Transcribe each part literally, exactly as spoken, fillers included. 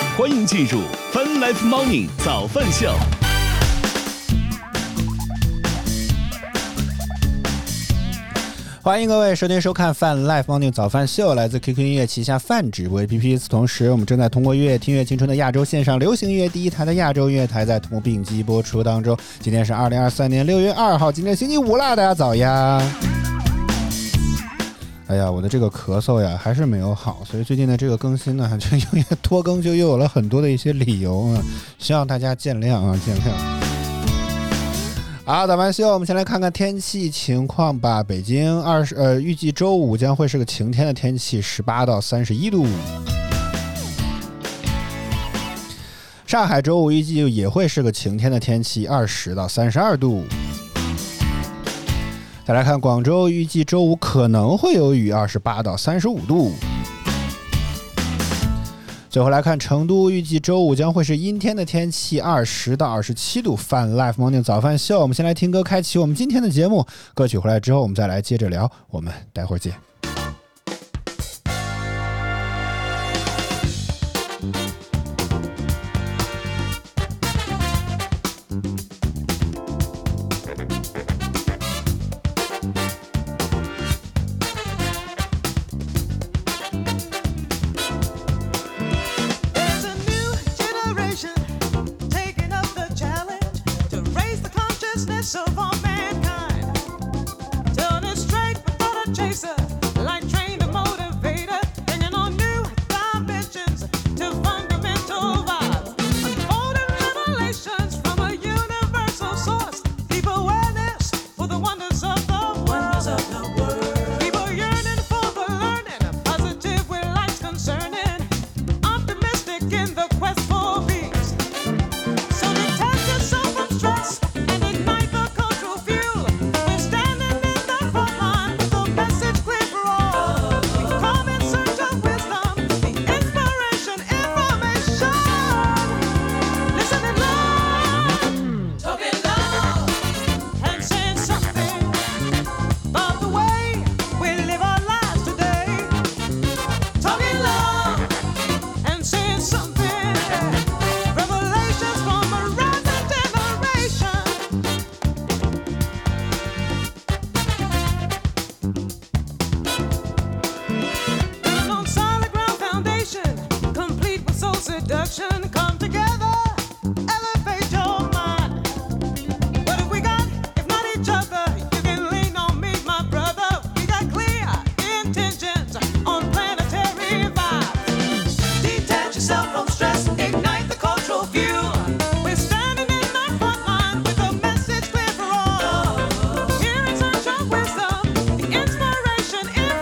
欢迎进入 Fun Life Morning 早饭秀。 欢迎各位收听收看Fun Life Morning 早饭秀，来自 Q Q 音乐旗下泛直播 A P P。同时，我们正在通过乐听乐青春的亚洲线上流行音乐第一台的亚洲音乐台，在同步并机播出当中。今天是二零二三年六月二号，今天星期五啦，大家早呀！哎呀，我的这个咳嗽呀还是没有好，所以最近的这个更新呢，就因为拖更就又有了很多的一些理由啊，希望大家见谅啊，见谅。好，早饭秀，我们先来看看天气情况吧。北京二十呃，预计周五将会是个晴天的天气，十八到三十一度。上海周五预计也会是个晴天的天气，二十到三十二度。再来看广州，预计周五可能会有雨，二十八到三十五度。最后来看成都，预计周五将会是阴天的天气，二十到二十七度。Fun Life Morning 早饭秀，我们先来听歌，开启我们今天的节目。歌曲回来之后，我们再来接着聊，我们待会儿见。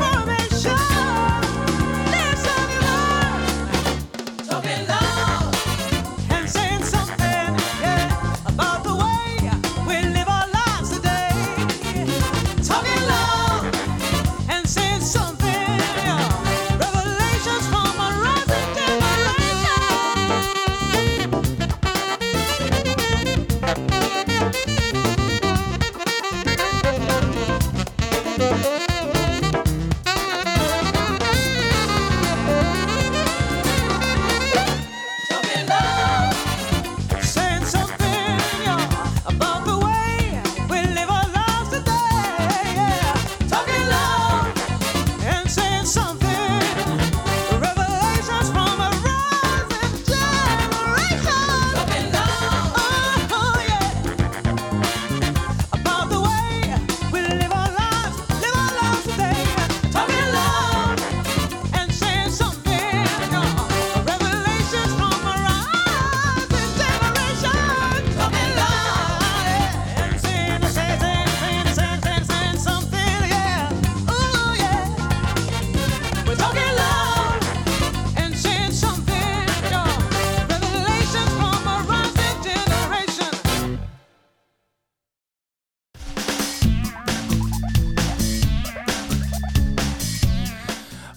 Talking love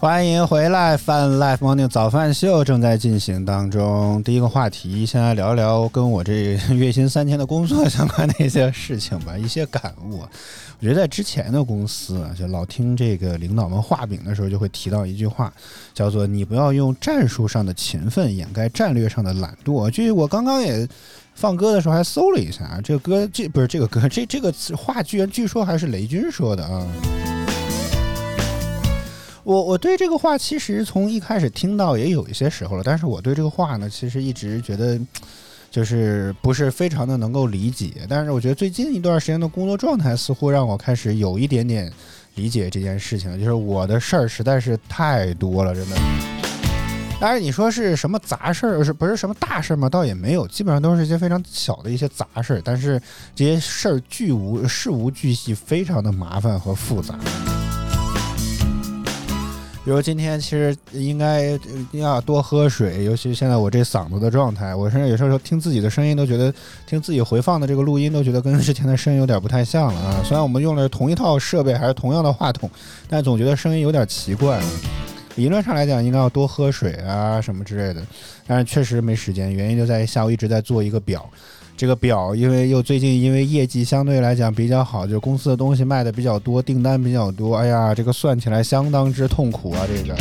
欢迎回来 Fun Life Morning 早饭秀正在进行当中。第一个话题，先来聊聊跟我这月薪三千的工作相关的一些事情吧，一些感悟。我觉得在之前的公司啊，就老听这个领导们画饼的时候，就会提到一句话，叫做你不要用战术上的勤奋掩盖战略上的懒惰。就我刚刚也放歌的时候还搜了一下，这个歌这不是这个歌，这这个话居然据说还是雷军说的啊。我我对这个话其实从一开始听到也有一些时候了，但是我对这个话呢，其实一直觉得就是不是非常的能够理解。但是我觉得最近一段时间的工作状态似乎让我开始有一点点理解这件事情，就是我的事儿实在是太多了，真的。当然你说是什么杂事儿，是不是什么大事吗？倒也没有，基本上都是一些非常小的一些杂事儿，但是这些事儿巨无事无巨细，非常的麻烦和复杂。比如今天其实应该要多喝水，尤其现在我这嗓子的状态，我甚至有时候听自己的声音都觉得，听自己回放的这个录音都觉得跟之前的声音有点不太像了啊。虽然我们用了同一套设备，还是同样的话筒，但总觉得声音有点奇怪了。理论上来讲应该要多喝水啊什么之类的，但是确实没时间，原因就在于下午一直在做一个表。这个表因为又最近因为业绩相对来讲比较好，就公司的东西卖的比较多，订单比较多，哎呀这个算起来相当之痛苦啊。这个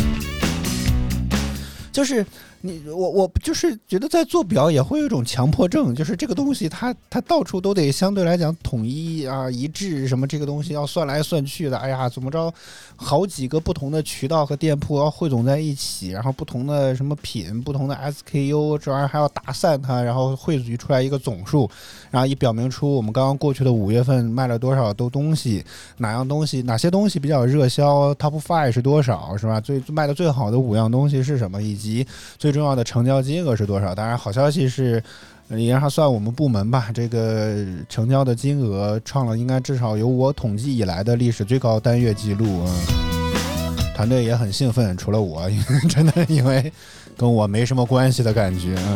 就是你我我就是觉得在做表也会有一种强迫症，就是这个东西它它到处都得相对来讲统一啊一致，什么这个东西要算来算去的，哎呀怎么着好几个不同的渠道和店铺要汇总在一起，然后不同的什么品不同的 S K U 这玩意儿还要打散它，然后汇聚出来一个总数，然后以表明出我们刚刚过去的五月份卖了多少都东西，哪样东西哪些东西比较热销 Top 五 是多少，是吧？最卖的最好的五样东西是什么，以及最重要的成交金额是多少。当然好消息是你让他算我们部门吧，这个成交的金额创了应该至少有我统计以来的历史最高单月记录啊！团队也很兴奋，除了我，真的因为跟我没什么关系的感觉啊。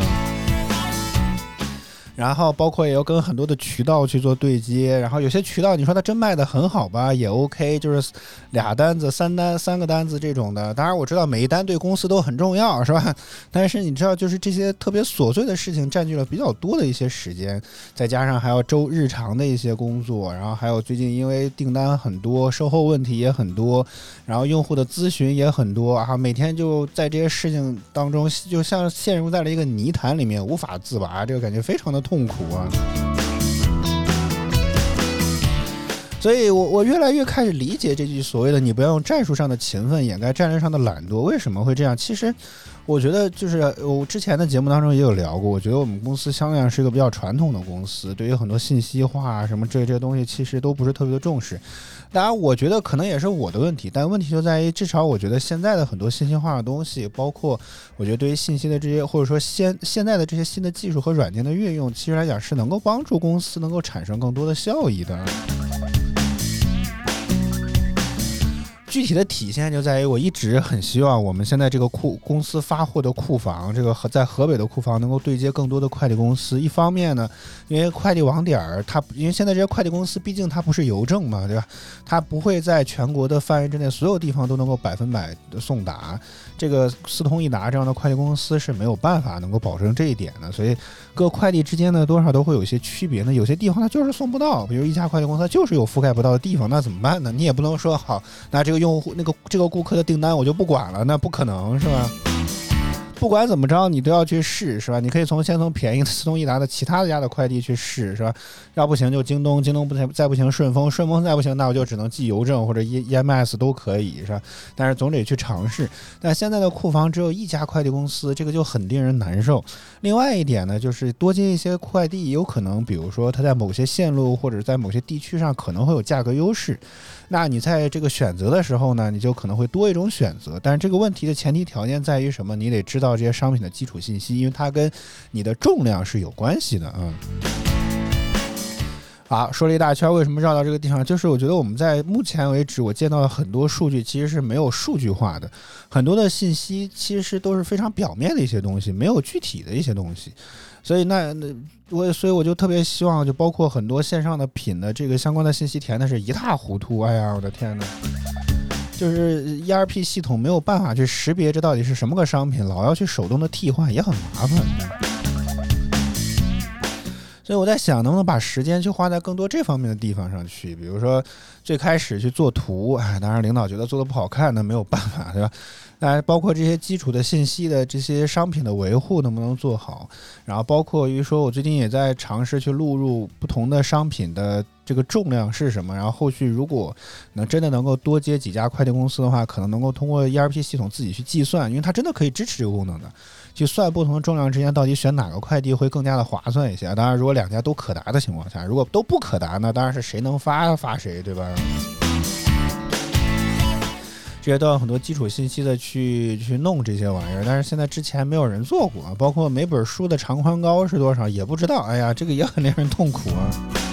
然后包括也要跟很多的渠道去做对接，然后有些渠道你说它真卖的很好吧，也 OK， 就是俩单子三单三个单子这种的。当然我知道每一单对公司都很重要，是吧？但是你知道就是这些特别琐碎的事情占据了比较多的一些时间，再加上还要周日常的一些工作，然后还有最近因为订单很多，售后问题也很多，然后用户的咨询也很多啊，每天就在这些事情当中就像陷入在了一个泥潭里面无法自拔，这个感觉非常的痛苦啊。所以我我越来越开始理解这句所谓的你不要用战术上的勤奋掩盖战略上的懒惰。为什么会这样？其实我觉得就是我之前的节目当中也有聊过，我觉得我们公司相对上是一个比较传统的公司，对于很多信息化什么这这些东西其实都不是特别的重视。当然我觉得可能也是我的问题，但问题就在于至少我觉得现在的很多信息化的东西，包括我觉得对于信息的这些或者说现现在的这些新的技术和软件的运用，其实来讲是能够帮助公司能够产生更多的效益的。具体的体现就在于我一直很希望我们现在这个库公司发货的库房，这个在河北的库房能够对接更多的快递公司。一方面呢，因为快递网点它因为现在这些快递公司毕竟它不是邮政嘛，对吧？它不会在全国的范围之内所有地方都能够百分百的送达，这个四通一达这样的快递公司是没有办法能够保证这一点的，所以各快递之间呢多少都会有一些区别呢，有些地方它就是送不到，比如一家快递公司它就是有覆盖不到的地方，那怎么办呢？你也不能说好那这个用户那个这个顾客的订单我就不管了，那不可能，是吧？不管怎么着你都要去试，是吧？你可以从先从便宜的四通一达的其他家的快递去试，是吧？要不行就京东，京东不再不行顺丰，顺丰再不行那我就只能寄邮政或者 E M S 都可以，是吧？但是总得去尝试。但现在的库房只有一家快递公司，这个就很令人难受。另外一点呢，就是多接一些快递，有可能比如说它在某些线路或者在某些地区上可能会有价格优势，那你在这个选择的时候呢，你就可能会多一种选择。但是这个问题的前提条件在于什么？你得知道这些商品的基础信息，因为它跟你的重量是有关系的。嗯，好，说了一大圈，为什么绕到这个地方？就是我觉得我们在目前为止，我见到了很多数据其实是没有数据化的，很多的信息其实都是非常表面的一些东西，没有具体的一些东西。所以那那我所以我就特别希望，就包括很多线上的品的这个相关的信息填的是一塌糊涂。哎呀，我的天哪！就就是 E R P 系统没有办法去识别这到底是什么个商品，老要去手动的替换也很麻烦。所以我在想能不能把时间去花在更多这方面的地方上去，比如说最开始去做图，哎，当然领导觉得做的不好看，那没有办法，对吧？当然包括这些基础的信息的这些商品的维护能不能做好，然后包括于说我最近也在尝试去录入不同的商品的这个重量是什么，然后后续如果能真的能够多接几家快递公司的话，可能能够通过 E R P 系统自己去计算，因为它真的可以支持这个功能的，去算不同的重量之间到底选哪个快递会更加的划算一些。当然如果两家都可达的情况下，如果都不可达呢，当然是谁能发发谁，对吧？这些都要很多基础信息的去去弄这些玩意儿，但是现在之前没有人做过，包括每本书的长宽高是多少也不知道，哎呀，这个也很令人痛苦啊。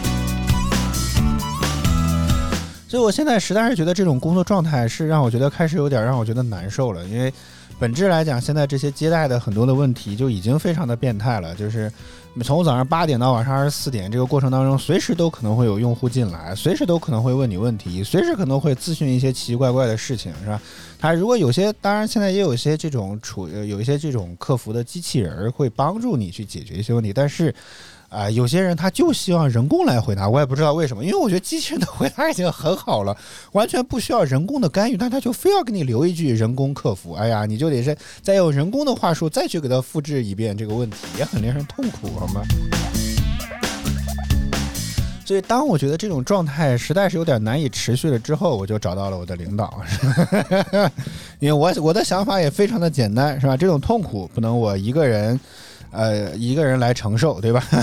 所以我现在实在是觉得这种工作状态是让我觉得开始有点让我觉得难受了，因为本质来讲，现在这些接待的很多的问题就已经非常的变态了，就是从早上八点到晚上二十四点这个过程当中，随时都可能会有用户进来，随时都可能会问你问题，随时可能会咨询一些奇奇怪怪的事情，是吧？他如果有些，当然现在也有一些这种处有一些这种客服的机器人会帮助你去解决一些问题，但是啊、呃，有些人他就希望人工来回答，我也不知道为什么，因为我觉得机器人的回答已经很好了，完全不需要人工的干预，但他就非要给你留一句人工客服，哎呀，你就得是再用人工的话术再去给他复制一遍这个问题，也很令人痛苦，好吗？所以当我觉得这种状态实在是有点难以持续了之后，我就找到了我的领导，因为我我的想法也非常的简单，是吧？这种痛苦不能我一个人呃，一个人来承受，对吧？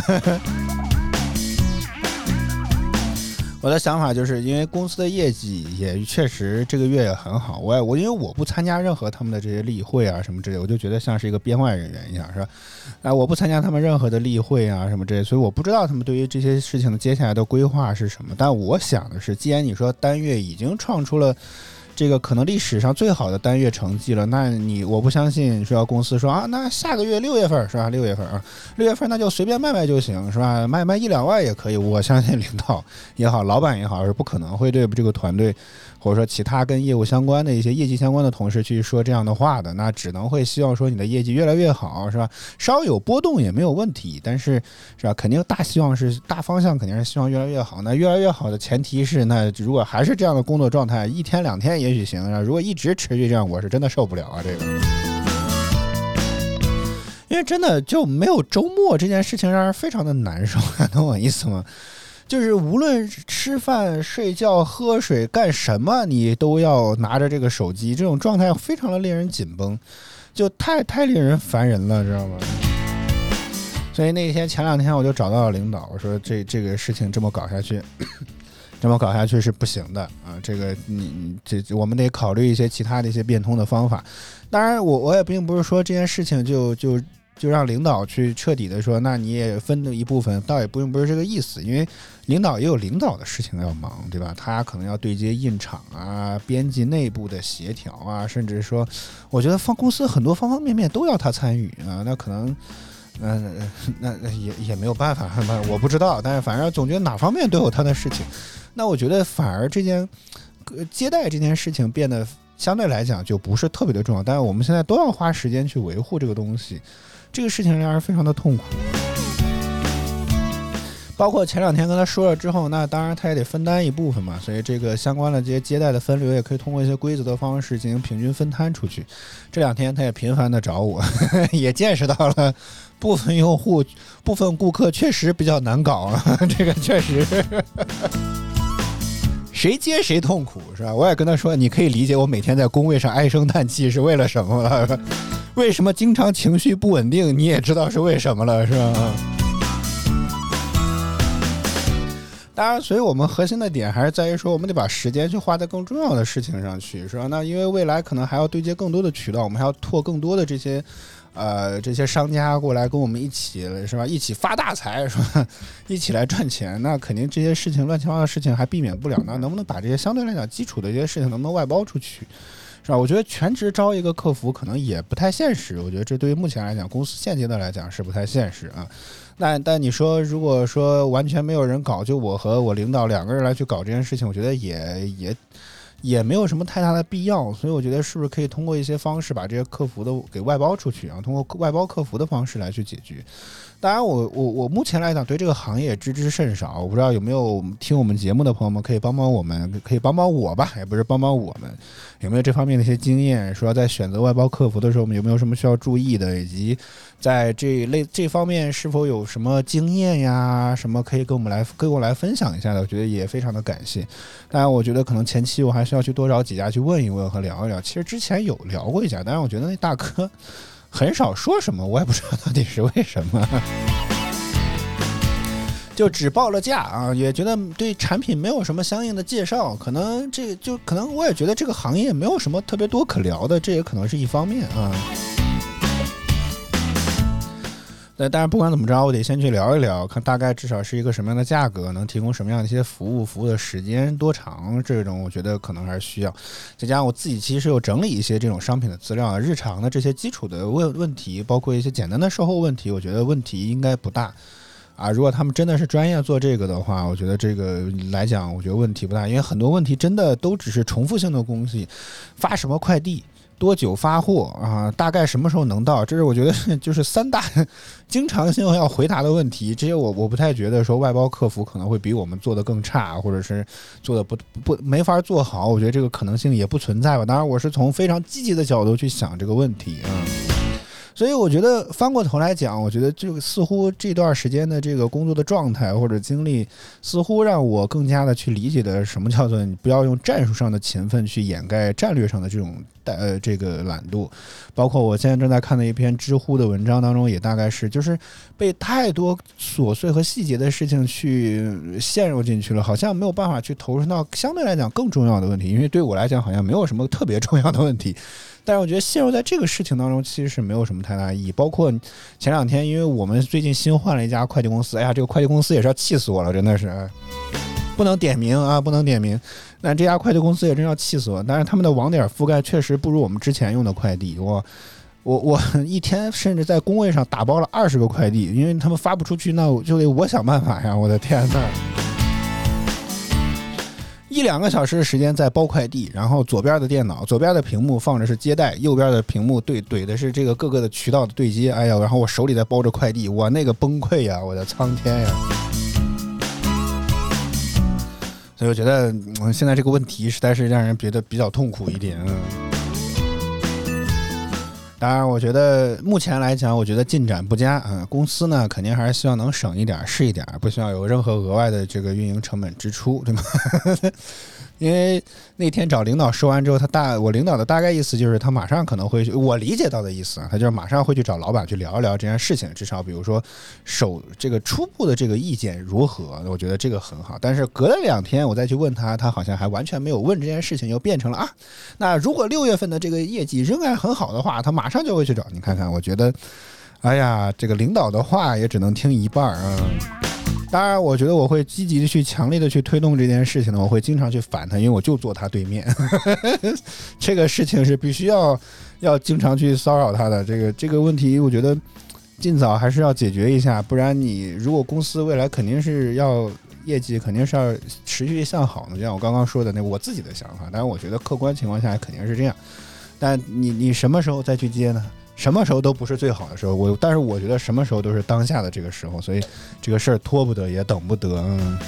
我的想法就是因为公司的业绩也确实这个月也很好，我我因为我不参加任何他们的这些例会啊什么之类，我就觉得像是一个编外人员一样，是吧？啊，我不参加他们任何的例会啊什么之类，所以我不知道他们对于这些事情的接下来的规划是什么。但我想的是，既然你说单月已经创出了这个可能历史上最好的单月成绩了，那你我不相信说要公司说啊，那下个月六月份是吧？六月份啊，六月份那就随便卖卖就行是吧？卖卖一两万也可以。我相信领导也好，老板也好，是不可能会对这个团队或者说其他跟业务相关的一些业绩相关的同事去说这样的话的，那只能会希望说你的业绩越来越好是吧？稍有波动也没有问题，但是是吧？肯定大希望是大方向肯定是希望越来越好。那越来越好的前提是，那如果还是这样的工作状态，一天两天也许行，如果一直持续这样，我是真的受不了啊这个。因为真的就没有周末这件事情让人非常的难受，懂我意思吗？就是无论吃饭、睡觉、喝水干什么，你都要拿着这个手机，这种状态非常的令人紧绷，就太太令人烦人了，知道吗？所以那天前两天我就找到了领导，我说这这个事情这么搞下去，这么搞下去是不行的啊！这个你这我们得考虑一些其他的一些变通的方法。当然我，我我也并不是说这件事情就就。就让领导去彻底的说，那你也分了一部分，倒也不用不是这个意思，因为领导也有领导的事情要忙，对吧？他可能要对接印厂啊、编辑内部的协调啊，甚至说，我觉得方公司很多方方面面都要他参与啊，那可能，嗯、呃，那那也也没有办法，我不知道，但是反正总觉得哪方面都有他的事情，那我觉得反而这件接待这件事情变得相对来讲就不是特别的重要，但是我们现在都要花时间去维护这个东西。这个事情让人非常的痛苦，包括前两天跟他说了之后，那当然他也得分担一部分嘛，所以这个相关的这些接待的分流也可以通过一些规则的方式进行平均分摊出去。这两天他也频繁的找我，呵呵也见识到了部分用户、部分顾客确实比较难搞啊，这个确实。呵呵谁接谁痛苦是吧？我也跟他说，你可以理解我每天在工位上唉声叹气是为了什么了，为什么经常情绪不稳定，你也知道是为什么了，是吧？当然，所以我们核心的点还是在于说，我们得把时间去花在更重要的事情上去，是吧？那因为未来可能还要对接更多的渠道，我们还要拓更多的这些。呃，这些商家过来跟我们一起是吧？一起发大财是吧？一起来赚钱，那肯定这些事情乱七八糟的事情还避免不了。那能不能把这些相对来讲基础的这些事情能不能外包出去，是吧？我觉得全职招一个客服可能也不太现实。我觉得这对于目前来讲，公司现阶段来讲是不太现实啊。但但你说，如果说完全没有人搞，就我和我领导两个人来去搞这件事情，我觉得也也。 也没有什么太大的必要，所以我觉得是不是可以通过一些方式把这些客服的给外包出去啊，通过外包客服的方式来去解决。当然我我我目前来讲对这个行业知之甚少，我不知道有没有听我们节目的朋友们可以帮帮我们，可以帮帮我吧，也不是帮帮我们，有没有这方面的一些经验，说在选择外包客服的时候有没有什么需要注意的，以及在这类这方面是否有什么经验呀，什么可以跟我们来跟我来分享一下的，我觉得也非常的感谢。当然我觉得可能前期我还是要去多找几家去问一问和聊一聊，其实之前有聊过一家，但是我觉得那大哥很少说什么，我也不知道到底是为什么，就只报了价啊，也觉得对产品没有什么相应的介绍，可能这就可能我也觉得这个行业没有什么特别多可聊的，这也可能是一方面啊。那当然不管怎么着，我得先去聊一聊，看大概至少是一个什么样的价格，能提供什么样的一些服务，服务的时间多长，这种我觉得可能还是需要。再加上我自己其实有整理一些这种商品的资料，日常的这些基础的问问题，包括一些简单的售后问题，我觉得问题应该不大啊。如果他们真的是专业做这个的话，我觉得这个来讲，我觉得问题不大，因为很多问题真的都只是重复性的东西，发什么快递，多久发货啊？大概什么时候能到？这是我觉得就是三大经常性要回答的问题。这些我我不太觉得说外包客服可能会比我们做的更差，或者是做的不不没法做好。我觉得这个可能性也不存在吧。当然，我是从非常积极的角度去想这个问题啊。所以我觉得翻过头来讲，我觉得这个似乎这段时间的这个工作的状态或者经历，似乎让我更加的去理解的什么叫做你不要用战术上的勤奋去掩盖战略上的这种呃这个懒惰。包括我现在正在看的一篇知乎的文章当中，也大概是就是被太多琐碎和细节的事情去陷入进去了，好像没有办法去投入到相对来讲更重要的问题。因为对我来讲好像没有什么特别重要的问题，但是我觉得陷入在这个事情当中其实是没有什么太大意义。包括前两天因为我们最近新换了一家快递公司，哎呀这个快递公司也是要气死我了，真的是不能点名啊，不能点名。但这家快递公司也真要气死我，但是他们的网点覆盖确实不如我们之前用的快递。我我我一天甚至在工位上打包了二十个快递，因为他们发不出去，那我就得我想办法呀！我的天哪！一两个小时的时间在包快递，然后左边的电脑，左边的屏幕放着是接待，右边的屏幕对怼的是这个各个的渠道的对接。哎呀，然后我手里在包着快递，我那个崩溃呀！我的苍天呀！所以我觉得、嗯、现在这个问题实在是让人觉得比较痛苦一点。嗯，当然我觉得目前来讲我觉得进展不佳。嗯，公司呢肯定还是希望能省一点是一点，不需要有任何额外的这个运营成本支出，对吗？因为那天找领导说完之后，他大我领导的大概意思就是他马上可能会去，我理解到的意思啊，他就是马上会去找老板去聊一聊这件事情，至少比如说首这个初步的这个意见如何，我觉得这个很好。但是隔了两天我再去问他，他好像还完全没有问这件事情，又变成了啊，那如果六月份的这个业绩仍然很好的话，他马上就会去找你看看。我觉得哎呀，这个领导的话也只能听一半啊。当然我觉得我会积极的去强烈的去推动这件事情呢，我会经常去反他，因为我就坐他对面这个事情是必须要要经常去骚扰他的。这个这个问题我觉得尽早还是要解决一下，不然你如果公司未来肯定是要业绩肯定是要持续向好的，就像我刚刚说的那我自己的想法，当然我觉得客观情况下肯定是这样，但你你什么时候再去接呢？什么时候都不是最好的时候，我但是我觉得什么时候都是当下的这个时候，所以这个事儿拖不得也等不得。嗯，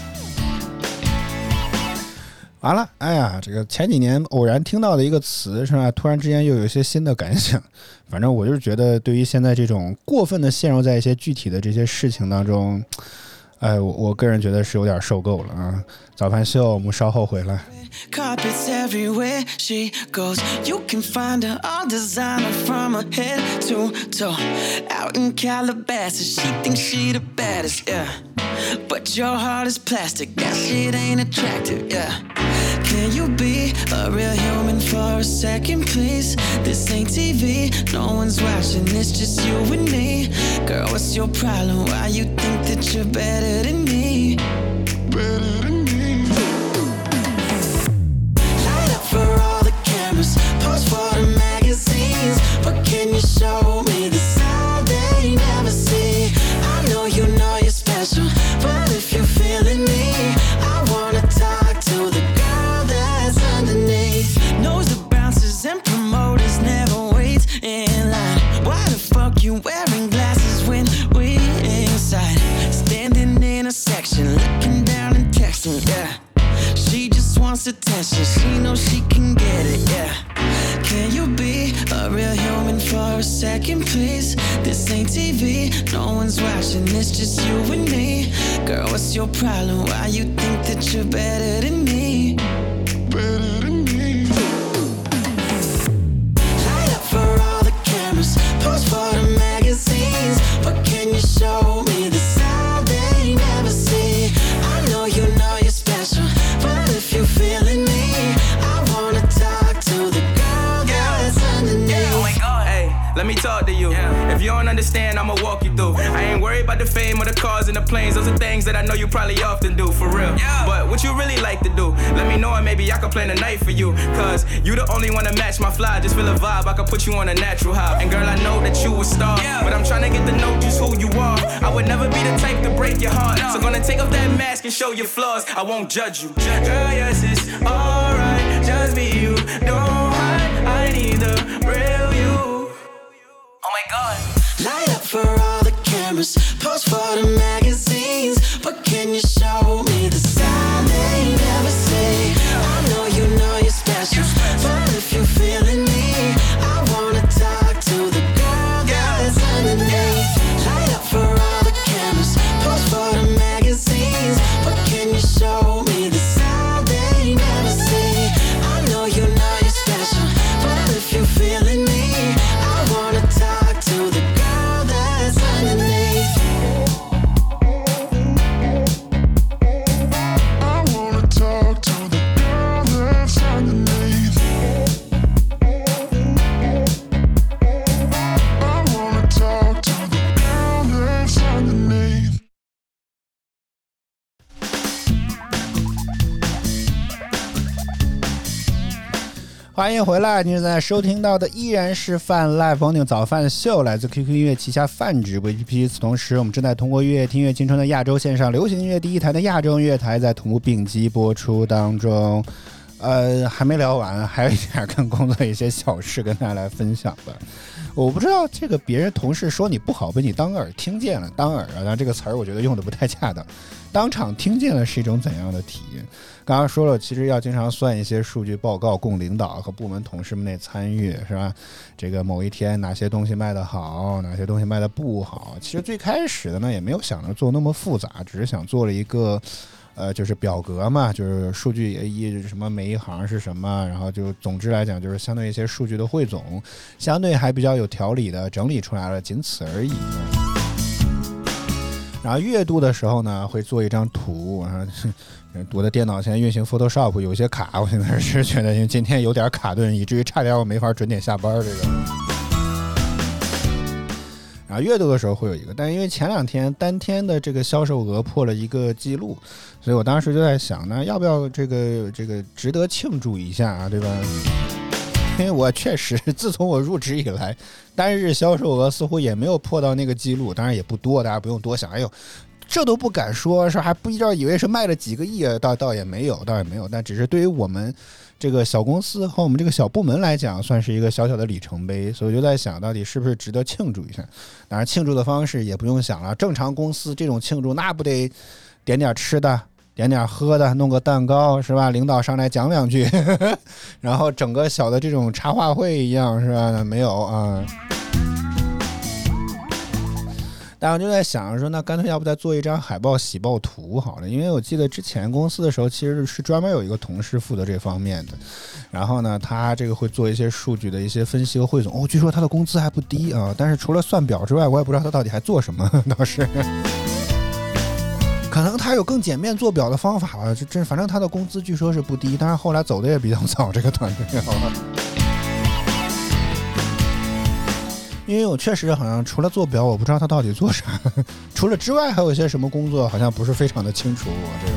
完了，哎呀，这个前几年偶然听到的一个词是吧？突然之间又有一些新的感想。反正我就是觉得，对于现在这种过分的陷入在一些具体的这些事情当中，哎，我我个人觉得是有点受够了啊。早饭秀，我们稍后回来。 Carpets everywhere she goes, you can find her all designer from her head to toe. Out in Calabasas, she thinks she the baddest, yeah. But your heart is plastic, that shit ain't attractive, yeah. Can you be a real human for a second, please? This ain't T V, no one's watching, it's just you and me. Girl, what's your problem? Why you think that you're better than me? Better than me. For all the cameras, post for the magazines, but can you show me the side they never see? I know you know you're special, but if you're feeling me, I wanna talk to the girl that's underneath. attention. She knows she can get it, yeah. Can you be a real human for a second, please? This ain't T V, no one's watching, it's just you and me. Girl, what's your problem? Why you think that you're better than me? Better than me. Light up for all the cameras, pose for the magazines. But can you show me the side they never see? I know you know you're special, but if you're feeling me, I wanna talk to the girl that's underneath. Oh my God. Hey, let me talk to you. Yeah. If you don't understand, I'ma walk you through. I ain't worried about the fame or the cars and the planes. Those are things that I know you probably often do, for real. Yeah. But what you really like to do, let me know and maybe I can plan a night for you. Cause you the only one to match my fly. Just feel a vibe, I can put you on a natural high. And girl, I know that you a star, yeah. But I'm trying to get to know just who you are. I would never be the type to break your heart, no. So gonna take off that mask and show your flaws. I won't judge you. Girl, yes, it's alright, just be you. Don't hide, I need the real you. Oh my God. Light up for all the cameras, post for the magazines. But can you show me the side they never see? I know you know you're special, but if you're feeling me, I wanna talk to the girl that's underneath. Light up for all the cameras, post for the magazines. But can you show me the side they never see? I know you know you're special, but if you're feeling me, I wanna talk to the girl that's underneath. I wanna talk to the girl that's underneath. I wanna talk to the girl that's underneath. 欢迎回来，您正在收听到的依然是泛 Live Morning 早饭秀，来自 Q Q 音乐旗下泛直播 A P P。此同时，我们正在通过乐听乐青春的亚洲线上流行音乐第一台的亚洲音乐台，在同步并机播出当中。呃，还没聊完，还有一点跟工作一些小事跟大家来分享吧。我不知道这个别人同事说你不好，被你当耳听见了，当耳啊，但这个词儿我觉得用的不太恰当。当场听见了是一种怎样的体验？刚刚说了，其实要经常算一些数据报告供领导和部门同事们内参与，是吧？这个某一天哪些东西卖得好，哪些东西卖得不好。其实最开始的呢，也没有想着做那么复杂，只是想做了一个。呃，就是表格嘛，就是数据也一什么每一行是什么，然后就总之来讲，就是相对一些数据的汇总，相对还比较有条理的整理出来了，仅此而已。然后月度的时候呢，会做一张图，然后我的电脑现在运行 Photoshop 有些卡，我现在是觉得因为今天有点卡顿，以至于差点我没法准点下班这个。然后月度的时候会有一个，但因为前两天单天的这个销售额破了一个记录，所以我当时就在想呢，要不要这个这个值得庆祝一下啊，对吧？因为我确实自从我入职以来，单日销售额似乎也没有破到那个记录，当然也不多，大家不用多想。哎呦，这都不敢说，是还不知道以为是卖了几个亿，倒倒也没有，倒也没有，但只是对于我们这个小公司和我们这个小部门来讲，算是一个小小的里程碑，所以我就在想，到底是不是值得庆祝一下？当然，庆祝的方式也不用想了，正常公司这种庆祝，那不得点点吃的，点点喝的，弄个蛋糕是吧？领导上来讲两句，呵呵，然后整个小的这种茶话会一样是吧？没有啊。但我就在想说，那干脆要不再做一张海报喜报图好了，因为我记得之前公司的时候其实是专门有一个同事负责这方面的，然后呢他这个会做一些数据的一些分析和汇总，哦，据说他的工资还不低啊，但是除了算表之外，我也不知道他到底还做什么，倒是可能他有更简便做表的方法吧，这这反正他的工资据说是不低，但是后来走的也比较早，这个团队好吧。因为我确实好像除了做表，我不知道他到底做啥，除了之外还有一些什么工作，好像不是非常的清楚我这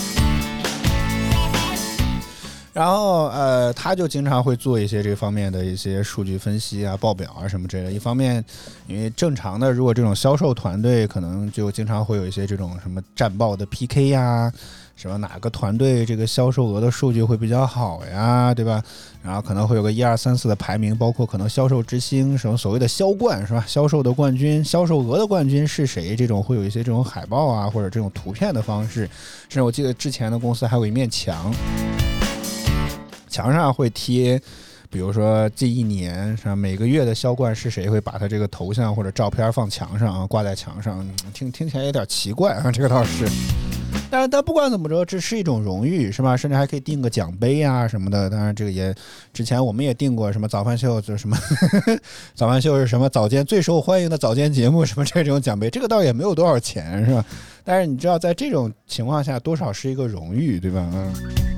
个。然后呃，他就经常会做一些这方面的一些数据分析啊、报表啊什么之类的。一方面，因为正常的如果这种销售团队，可能就经常会有一些这种什么战报的 P K 呀。什么哪个团队这个销售额的数据会比较好呀，对吧？然后可能会有个一二三四的排名，包括可能销售之星，什么所谓的销冠是吧？销售的冠军，销售额的冠军是谁？这种会有一些这种海报啊，或者这种图片的方式。甚至我记得之前的公司还有一面墙。 墙上会贴比如说近一年是吧，每个月的销冠是谁会把他这个头像或者照片放墙上啊，挂在墙上，听听起来有点奇怪啊，这个倒是。但是但不管怎么着，这是一种荣誉是吧？甚至还可以定个奖杯啊什么的。当然这个也之前我们也定过什么早饭秀，就是什么早饭秀是什么早间最受欢迎的早间节目什么这种奖杯，这个倒也没有多少钱是吧？但是你知道在这种情况下多少是一个荣誉对吧？嗯。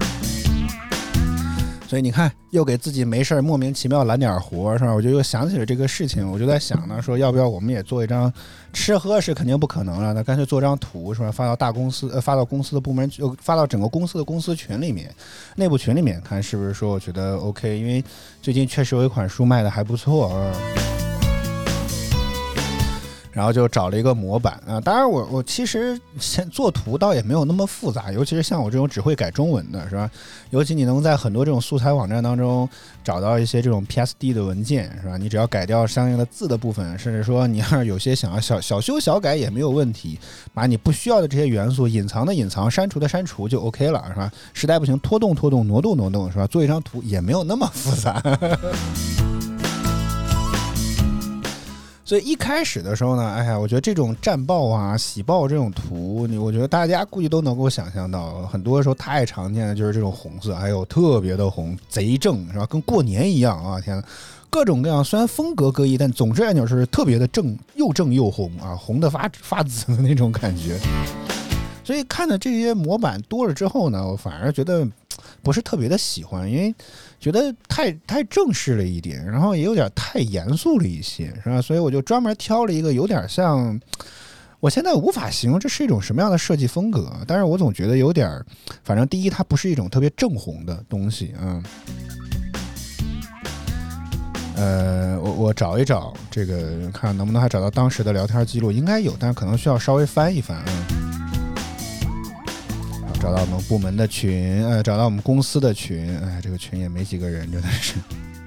所以你看又给自己没事莫名其妙揽点活是吧？我就又想起了这个事情，我就在想呢，说要不要我们也做一张，吃喝是肯定不可能了，那干脆做张图是吧？发到大公司，呃，发到公司的部门，就发到整个公司的公司群里面，内部群里面，看是不是说我觉得 OK， 因为最近确实有一款书卖的还不错啊。然后就找了一个模板啊，当然我我其实先做图倒也没有那么复杂，尤其是像我这种只会改中文的是吧？尤其你能在很多这种素材网站当中找到一些这种 P S D 的文件是吧？你只要改掉相应的字的部分，甚至说你要是有些想要小小修小改也没有问题，把你不需要的这些元素隐藏的隐藏，删除的删除就 OK 了是吧？实在不行拖动拖动挪动挪动是吧？做一张图也没有那么复杂。所以一开始的时候呢，哎呀，我觉得这种战报啊、喜报这种图，你我觉得大家估计都能够想象到，很多时候太常见的就是这种红色，还有特别的红，贼正是吧？跟过年一样啊！天哪，各种各样，虽然风格各异，但总之来讲是特别的正，又正又红啊，红的发发紫的那种感觉。所以看的这些模板多了之后呢，我反而觉得不是特别的喜欢，因为觉得太太正式了一点，然后也有点太严肃了一些，是吧？所以我就专门挑了一个有点像，我现在无法形容这是一种什么样的设计风格，但是我总觉得有点，反正第一它不是一种特别正红的东西啊。呃，我我找一找这个，看能不能还找到当时的聊天记录，应该有，但是可能需要稍微翻一翻啊。找到我们部门的群，呃，找到我们公司的群，哎，这个群也没几个人，真的是。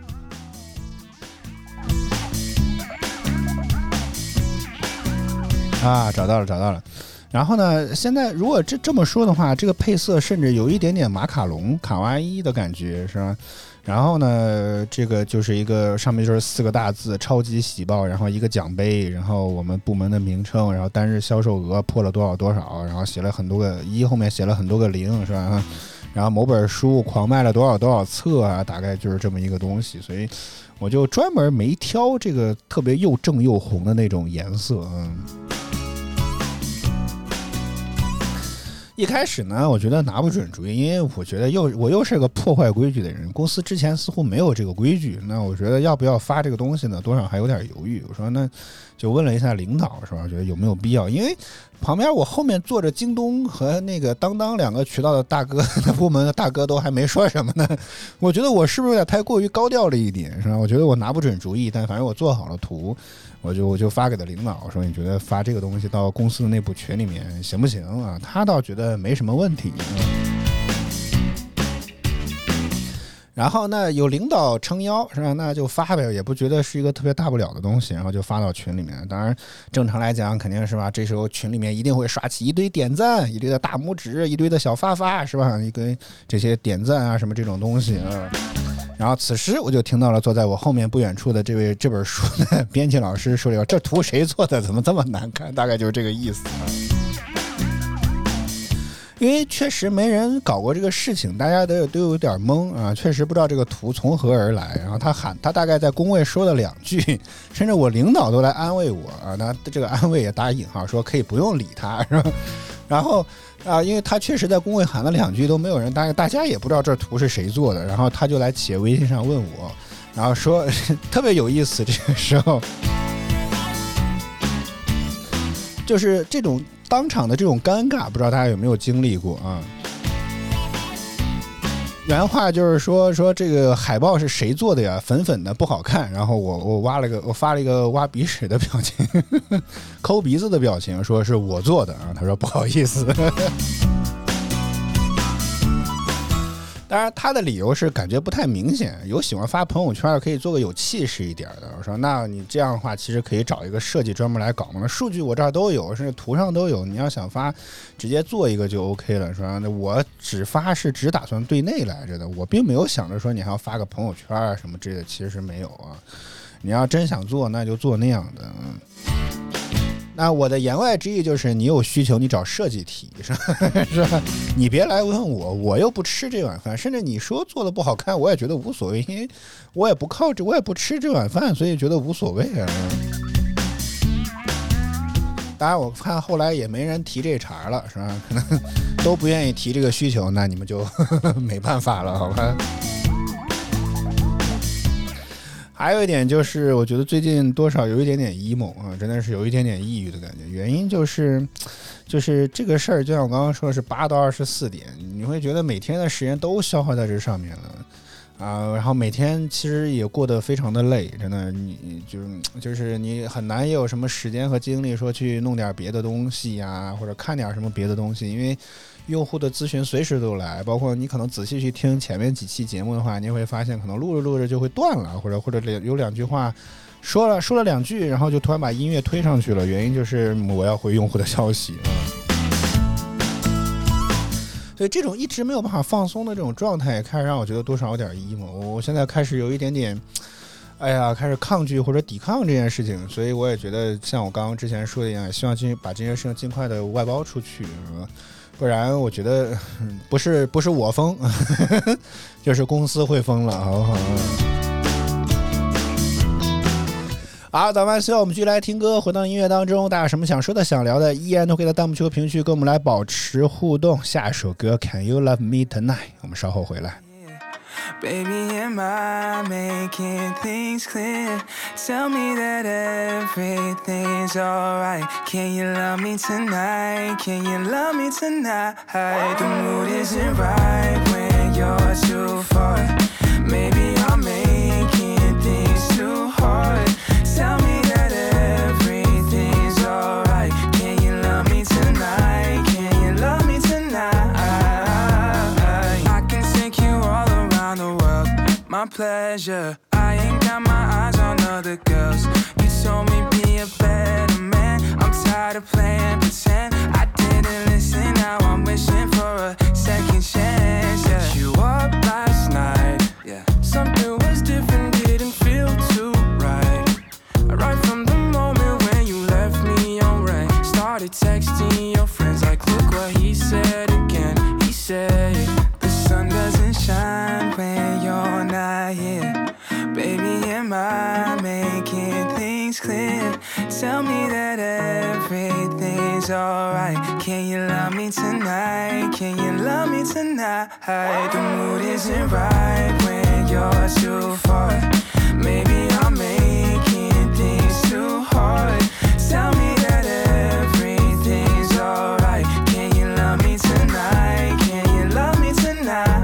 啊，找到了，找到了。然后呢，现在如果这这么说的话，这个配色甚至有一点点马卡龙、卡哇伊的感觉，是吧？然后呢，这个就是一个上面就是四个大字超级喜报，然后一个奖杯，然后我们部门的名称，然后单日销售额破了多少多少，然后写了很多个一，后面写了很多个零，是吧？然后某本书狂卖了多少多少册啊，大概就是这么一个东西，所以我就专门没挑这个特别又正又红的那种颜色，嗯。一开始呢，我觉得拿不准主意，因为我觉得又我又是个破坏规矩的人，公司之前似乎没有这个规矩，那我觉得要不要发这个东西呢，多少还有点犹豫。我说那就问了一下领导，是吧？觉得有没有必要？因为旁边我后面坐着京东和那个当当两个渠道的大哥，的部门的大哥都还没说什么呢。我觉得我是不是有点太过于高调了一点，是吧？我觉得我拿不准主意，但反正我做好了图。我就我就发给了领导，说你觉得发这个东西到公司的内部群里面行不行啊？他倒觉得没什么问题。然后呢，有领导撑腰是吧？那就发呗，也不觉得是一个特别大不了的东西，然后就发到群里面。当然，正常来讲肯定是吧，这时候群里面一定会刷起一堆点赞，一堆的大拇指，一堆的小发发是吧？一堆这些点赞啊什么这种东西啊。然后此时我就听到了坐在我后面不远处的这位这本书的编辑老师说了：“这图谁做的？怎么这么难看？”大概就是这个意思。因为确实没人搞过这个事情，大家都都有点懵啊，确实不知道这个图从何而来。然后他喊他大概在工位说了两句，甚至我领导都来安慰我啊，那这个安慰也打引号，说可以不用理他，是吧？然后啊，因为他确实在工位喊了两句都没有人答应，大家也不知道这图是谁做的，然后他就来企业微信上问我，然后说特别有意思，这个时候就是这种当场的这种尴尬，不知道大家有没有经历过啊？原话就是说说这个海报是谁做的呀？粉粉的不好看。然后我我挖了个我发了一个挖鼻屎的表情，抠鼻子的表情，说是我做的啊。他说不好意思。 当然他的理由是感觉不太明显，有喜欢发朋友圈可以做个有气势一点的。我说那你这样的话其实可以找一个设计专门来搞嘛，数据我这儿都有，甚至图上都有，你要想发直接做一个就 OK 了，是吧？我只发是只打算对内来着的，我并没有想着说你还要发个朋友圈啊什么之类的，其实没有啊。你要真想做那就做那样的。那我的言外之意就是你有需求你找设计提，是吧？是吧？你别来问我，我又不吃这碗饭，甚至你说做的不好看我也觉得无所谓，因为我也不靠这我也不吃这碗饭，所以觉得无所谓啊。当然我看后来也没人提这茬了，是吧？可能都不愿意提这个需求，那你们就没办法了，好吧？还有一点就是，我觉得最近多少有一点点 emo 啊，真的是有一点点抑郁的感觉。原因就是，就是这个事儿，就像我刚刚说的是八到二十四点，你会觉得每天的时间都消耗在这上面了啊，然后每天其实也过得非常的累，真的，你就就是你很难也有什么时间和精力说去弄点别的东西呀，或者看点什么别的东西，因为用户的咨询随时都来，包括你可能仔细去听前面几期节目的话，你会发现可能录着录着就会断了，或者或者有两句话说了说了两句，然后就突然把音乐推上去了，原因就是我要回用户的消息啊。所以这种一直没有办法放松的这种状态，开始让我觉得多少有点 emo。我现在开始有一点点，哎呀，开始抗拒或者抵抗这件事情，所以我也觉得像我刚刚之前说的一样，希望尽把这件事情尽快的外包出去，不然我觉得不是不是我疯，就是公司会疯了，好不好？好，早安，需要我们继续来听歌，回到音乐当中，大家有什么想说的、想聊的，依然都可以在弹幕区和评论区跟我们来保持互动。下一首歌 Can You Love Me Tonight， 我们稍后回来。 Baby, am I making things clear? Tell me that everything's alright. Can you love me tonight? Can you love me tonight? The mood isn't right when you're too far. Maybe I'm making things too hard. Tell me that everything's alright. Can you love me tonight? Can you love me tonight? I can take you all around the world, my pleasure. I ain't got my eyes on other girls. You told me be a better man. I'm tired of playing pretend. I didn't listen, now I'm wishing for a second chance. Yeah. You up last night, yeah. Something was different, didn't feel too right. Right from the moment when you left me on red. Started texting your friends like, look what he said again. He said the sun doesn't shine when you're not here. Baby, am I making things clear? Tell me that everything's alright. Can you love me tonight? Can you love me tonight? The mood isn't right when you're too far. Maybe I'm making things too hard. Tell me that everything's alright. Can you love me tonight? Can you love me tonight?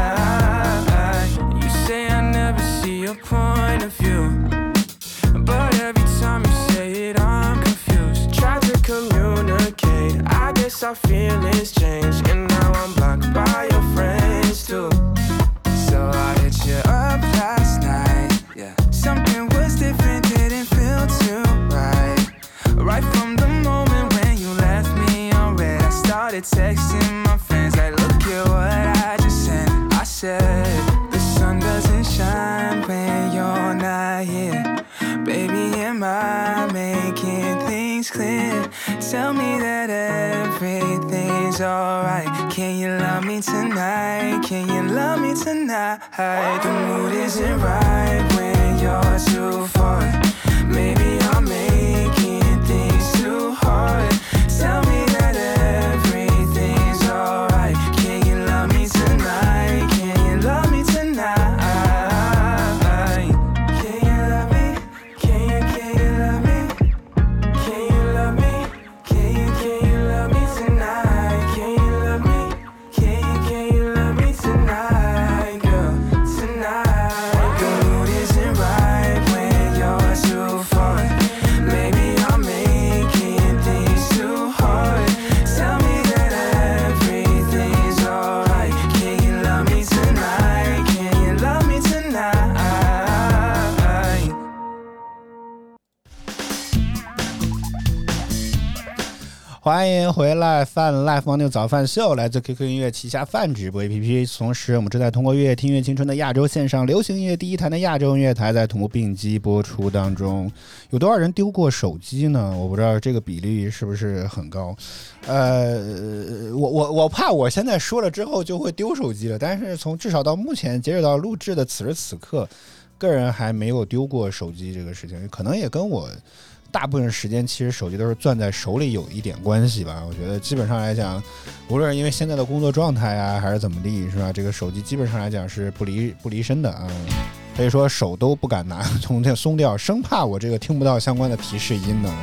You say I never see your point of view, but every time you say it I'm confused. Try to communicate, I guess our feelings change, and now I'm blocked by your friends too. So I hit you up last night, yeah. Something was different, didn't feel too right. Right from the moment when you left me on red, I started texting my friends like, look at what I just sent. I said the sun doesn't shine when you're not here. Baby, am I making things clear? Tell me that everything's alright. Can you love me tonight? Can you love me tonight? The mood isn't right when you're too far. Maybe I'm making things too hard. Tell me that everything's alright. Can you love me tonight? Can you love me tonight? Can you love me? Can you, can you love me? Can you love me? Can you, can you love me tonight? Can you love me? Can you, can you love me tonight, girl? Tonight. The mood isn't right when 欢迎回来泛 Life Morning 早饭秀，来自 Q Q 音乐旗下泛直播 A P P。同时我们正在通过乐听乐青春的亚洲线上流行音乐第一台的亚洲音乐台在同步并机播出当中。有多少人丢过手机呢？我不知道这个比例是不是很高。呃，我我我怕我现在说了之后就会丢手机了，但是从至少到目前截止到录制的此时此刻，个人还没有丢过手机这个事情，可能也跟我大部分时间其实手机都是攥在手里有一点关系吧。我觉得基本上来讲，无论是因为现在的工作状态啊，还是怎么地，是吧？这个手机基本上来讲是不离不离身的啊，可以说手都不敢拿，从这松掉，生怕我这个听不到相关的提示音呢。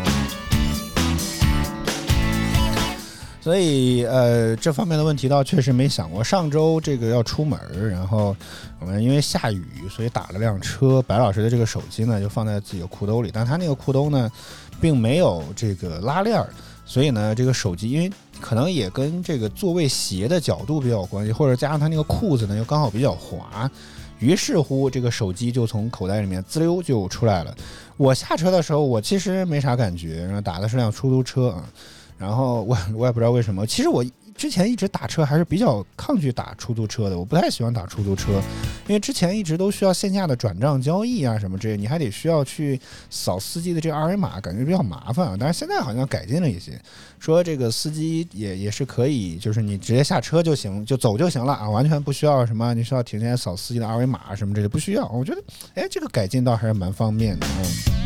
所以呃，这方面的问题倒确实没想过。上周这个要出门，然后我们因为下雨，所以打了辆车。白老师的这个手机呢，就放在自己的裤兜里，但他那个裤兜呢，并没有这个拉链，所以呢，这个手机因为可能也跟这个座位斜的角度比较有关系，或者加上他那个裤子呢又刚好比较滑，于是乎这个手机就从口袋里面滋溜就出来了。我下车的时候，我其实没啥感觉，然后打的是辆出租车啊。然后我我也不知道为什么，其实我之前一直打车还是比较抗拒打出租车的，我不太喜欢打出租车，因为之前一直都需要线下的转账交易啊什么这些，你还得需要去扫司机的这个二维码，感觉比较麻烦啊。但是现在好像改进了一些，说这个司机也也是可以，就是你直接下车就行，就走就行了啊，完全不需要什么你需要停下来扫司机的二维码什么这些不需要。我觉得哎，这个改进倒还是蛮方便的。嗯，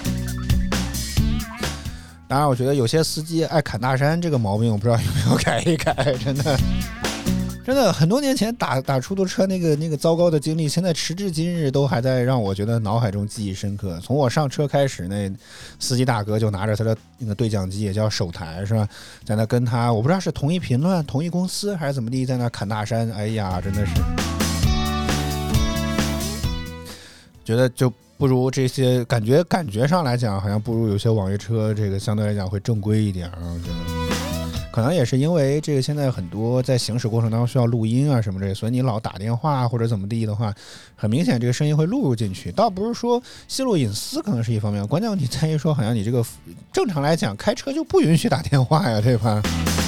当然我觉得有些司机爱砍大山这个毛病我不知道有没有改一改，真的真的很多年前打打出租车那个那个糟糕的经历，现在时至今日都还在让我觉得脑海中记忆深刻。从我上车开始，那司机大哥就拿着他的那个对讲机，也叫手台是吧，在那跟他我不知道是同一频段同一公司还是怎么地，在那砍大山。哎呀真的是觉得就不如这些，感觉感觉上来讲好像不如有些网约车这个相对来讲会正规一点啊。可能也是因为这个现在很多在行驶过程当中需要录音啊什么这个，所以你老打电话或者怎么地的话，很明显这个声音会录入进去。倒不是说泄露隐私可能是一方面，关键问题在于说好像你这个正常来讲开车就不允许打电话呀，对吧？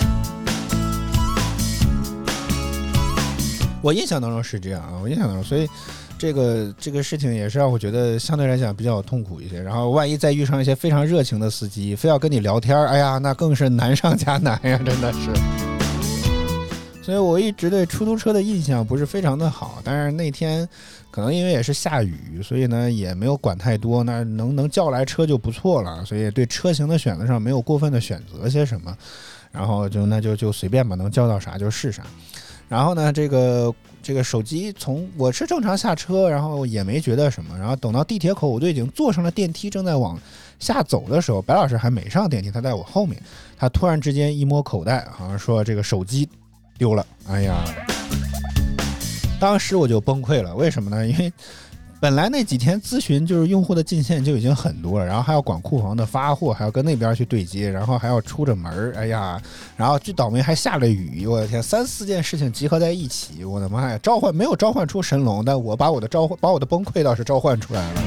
我印象当中是这样啊，我印象当中，所以这个这个事情也是让我觉得相对来讲比较痛苦一些。然后万一再遇上一些非常热情的司机，非要跟你聊天，哎呀，那更是难上加难呀，真的是。所以我一直对出租车的印象不是非常的好，但是那天可能因为也是下雨，所以呢也没有管太多，那能能叫来车就不错了，所以对车型的选择上没有过分的选择些什么，然后就那就就随便吧，能叫到啥就是啥。然后呢，这个这个手机从我是正常下车，然后也没觉得什么，然后等到地铁口我都已经坐上了电梯，正在往下走的时候，白老师还没上电梯，他在我后面，他突然之间一摸口袋，好像说这个手机丢了。哎呀，当时我就崩溃了，为什么呢？因为本来那几天咨询就是用户的进线就已经很多了，然后还要管库房的发货，还要跟那边去对接，然后还要出着门，哎呀，然后最倒霉还下了雨，我的天，三四件事情集合在一起，我的妈呀，召唤没有召唤出神龙，但我把我的召唤把我的崩溃倒是召唤出来了。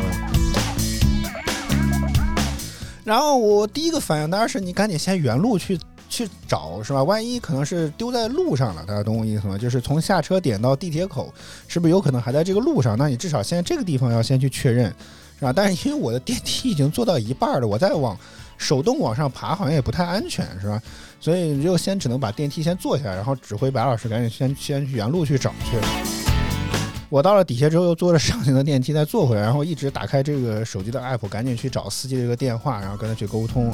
然后我第一个反应当然是你赶紧先原路去去找是吧？万一可能是丢在路上了，大家懂我意思吗？就是从下车点到地铁口，是不是有可能还在这个路上？那你至少现在这个地方要先去确认，是吧？但是因为我的电梯已经坐到一半了，我再往手动往上爬好像也不太安全，是吧？所以就先只能把电梯先坐下来，然后指挥白老师赶紧先先去原路去找去。我到了底下之后又坐着上行的电梯再坐回来，然后一直打开这个手机的 app， 赶紧去找司机这个电话，然后跟他去沟通。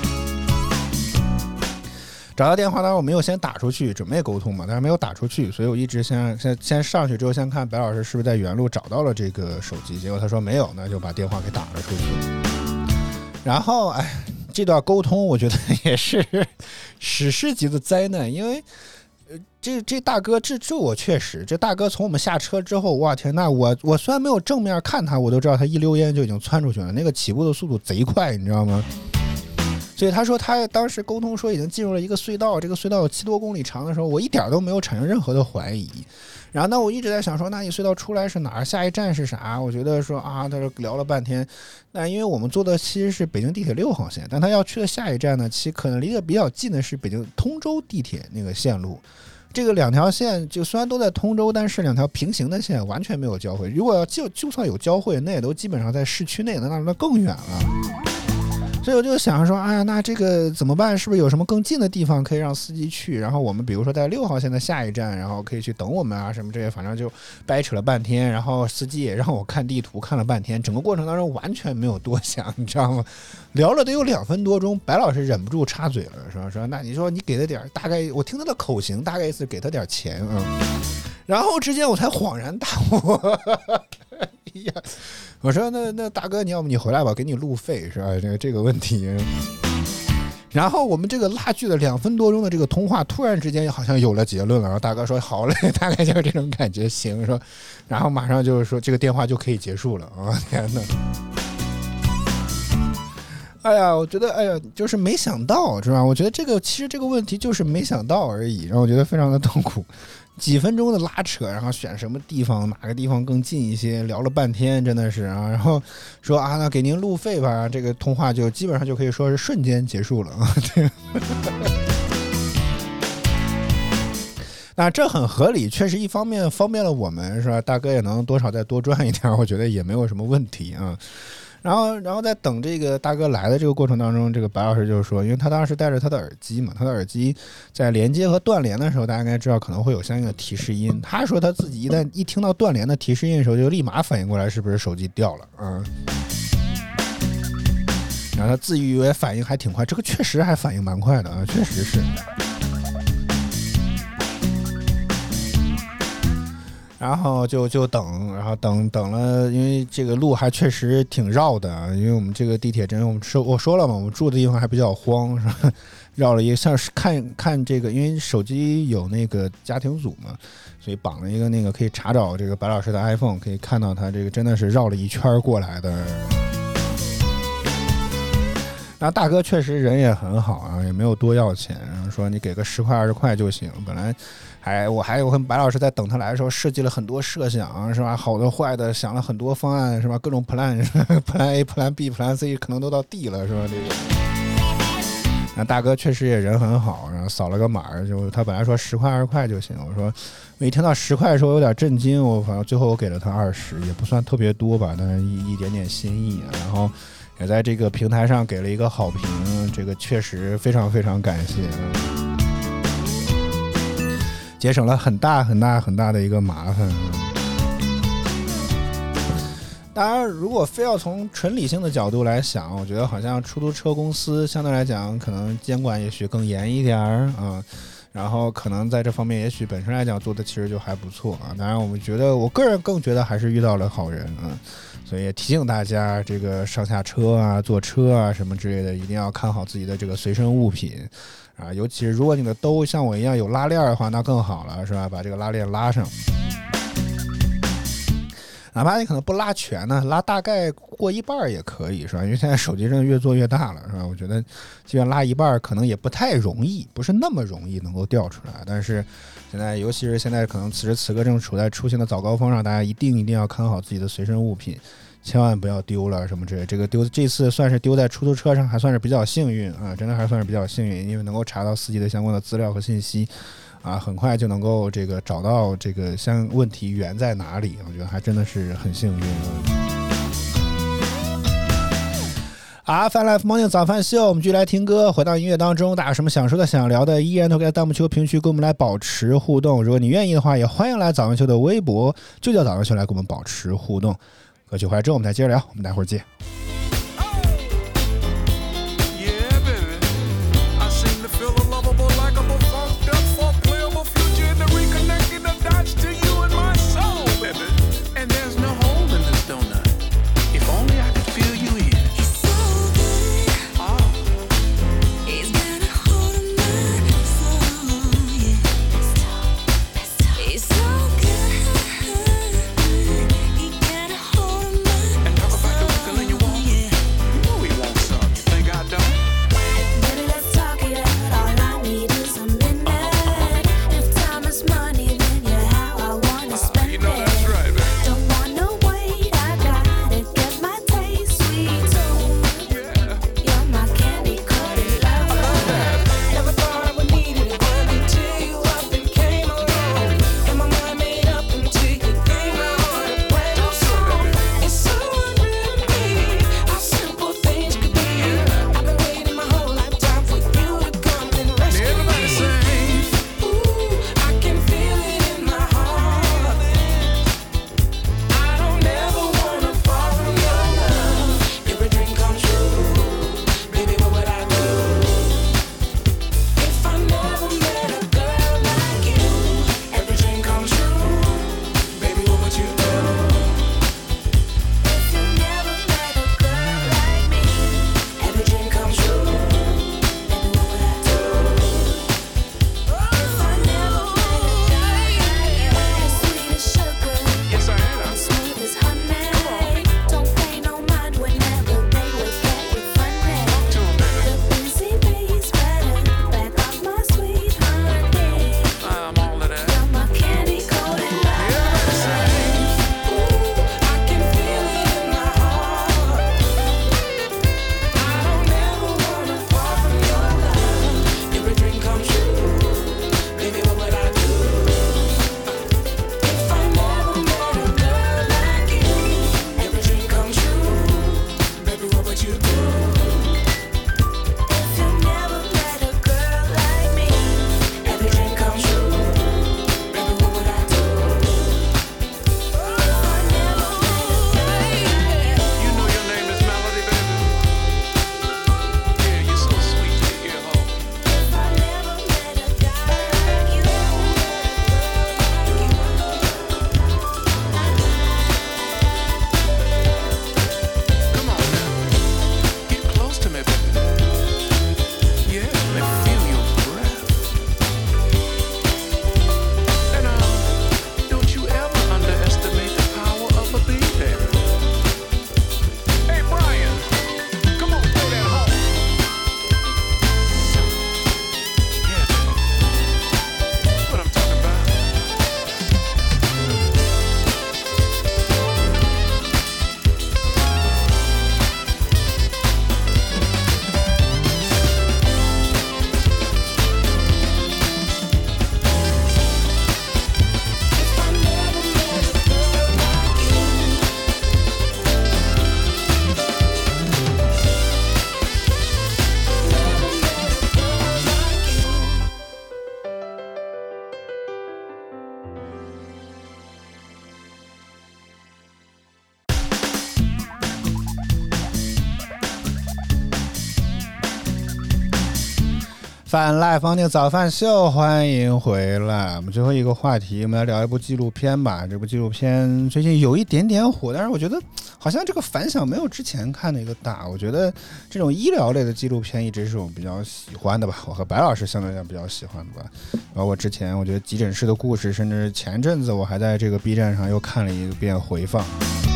找到电话，当然我没有先打出去，准备沟通嘛，但是没有打出去，所以我一直先先先上去之后，先看白老师是不是在原路找到了这个手机，结果他说没有，那就把电话给打了出去。然后，哎，这段沟通我觉得也是史诗级的灾难，因为呃，这这大哥，这这我确实，这大哥从我们下车之后，哇天，那我我虽然没有正面看他，我都知道他一溜烟就已经窜出去了，那个起步的速度贼快，你知道吗？ 所以他说他当时沟通说已经进入了一个隧道，这个隧道有七多公里长的时候，我一点都没有产生任何的怀疑。然后呢，我一直在想说，那你隧道出来是哪儿？下一站是啥？我觉得说啊，他说聊了半天，那因为我们坐的其实是北京地铁六号线，但他要去的下一站呢，其实可能离得比较近的是北京通州地铁那个线路。这个两条线就虽然都在通州，但是两条平行的线完全没有交汇。如果就就算有交汇，那也都基本上在市区内，那那更远了。所以我就想说，哎呀，那这个怎么办？是不是有什么更近的地方可以让司机去？然后我们比如说在六号线的下一站，然后可以去等我们啊什么这些，反正就掰扯了半天。然后司机也让我看地图看了半天，整个过程当中完全没有多想，你知道吗？聊了得有两分多钟，白老师忍不住插嘴了，说说那你说你给他点大概，我听他的口型大概意思给他点钱啊、嗯。然后之间我才恍然大悟。哎呀，我说那那大哥，你要不你回来吧，给你路费是吧？这个这个问题。然后我们这个拉锯了两分多钟的这个通话，突然之间好像有了结论了。然后大哥说好嘞，大概就是这种感觉，行说，然后马上就是说这个电话就可以结束了啊！天哪！哎呀，我觉得，哎呀，就是没想到，是吧？我觉得这个其实这个问题就是没想到而已，然后我觉得非常的痛苦。几分钟的拉扯，然后选什么地方，哪个地方更近一些，聊了半天，真的是啊。然后说啊，那给您路费吧，这个通话就基本上就可以说是瞬间结束了啊。那这很合理，确实一方面方便了我们，是吧？大哥也能多少再多赚一点，我觉得也没有什么问题啊。然后，然后在等这个大哥来的这个过程当中，这个白老师就是说，因为他当时戴着他的耳机嘛，他的耳机在连接和断连的时候，大家应该知道可能会有相应的提示音。他说他自己一旦一听到断连的提示音的时候，就立马反应过来是不是手机掉了啊、嗯？然后他自以为反应还挺快，这个确实还反应蛮快的啊，确实是。然后就就等，然后等等了，因为这个路还确实挺绕的，因为我们这个地铁站，我们说我说了嘛，我们住的地方还比较荒，是吧？绕了一个像是看看这个，因为手机有那个家庭组嘛，所以绑了一个那个可以查找这个白老师的 iPhone， 可以看到他这个真的是绕了一圈过来的。然后大哥确实人也很好啊，也没有多要钱，然后说你给个十块二十块就行。本来还我还有跟白老师在等他来的时候设计了很多设想，是吧？好的坏的想了很多方案，是吧？各种 plan，plan A、plan B、plan C， 可能都到 D 了，是吧？这个。那大哥确实也人很好，然后扫了个码，就他本来说十块二十块就行。我说我一听到十块的时候有点震惊，我反正最后我给了他二十，也不算特别多吧，但是一一点点心意，然后。也在这个平台上给了一个好评，这个确实非常非常感谢，节省了很大很大很大的一个麻烦。当然，如果非要从纯理性的角度来想，我觉得好像出租车公司相对来讲，可能监管也许更严一点啊、嗯，然后可能在这方面也许本身来讲做的其实就还不错啊。当然，我们觉得我个人更觉得还是遇到了好人啊。所以也提醒大家，这个上下车啊、坐车啊什么之类的，一定要看好自己的这个随身物品啊。尤其是如果你的兜像我一样有拉链的话，那更好了，是吧？把这个拉链拉上，哪怕你可能不拉全呢，拉大概过一半也可以，是吧？因为现在手机真的越做越大了，是吧？我觉得即便拉一半，可能也不太容易，不是那么容易能够掉出来。但是现在，尤其是现在可能此时此刻正处在出行的早高峰上，大家一定一定要看好自己的随身物品，千万不要丢了什么之类。这个丢这次算是丢在出租车上，还算是比较幸运啊，真的还算是比较幸运，因为能够查到司机的相关的资料和信息，啊，很快就能够这个找到这个相问题源在哪里，我觉得还真的是很幸运啊。啊 ，Fun Life Morning 早饭秀，我们继续来听歌，回到音乐当中，大家有什么想说的、想聊的，依然都可以在弹幕区、评论区跟我们来保持互动。如果你愿意的话，也欢迎来早饭秀的微博，就叫早饭秀来跟我们保持互动。歌曲回来之后，我们再接着聊，我们待会儿见。 Feeling 饭来放听早饭秀，欢迎回来。我们最后一个话题，我们来聊一部纪录片吧。这部纪录片最近有一点点火，但是我觉得好像这个反响没有之前看的一个大。我觉得这种医疗类的纪录片一直是我比较喜欢的吧，我和白老师相对来讲比较喜欢的吧。包括之前我觉得急诊室的故事，甚至前阵子我还在这个 B 站上又看了一遍回放。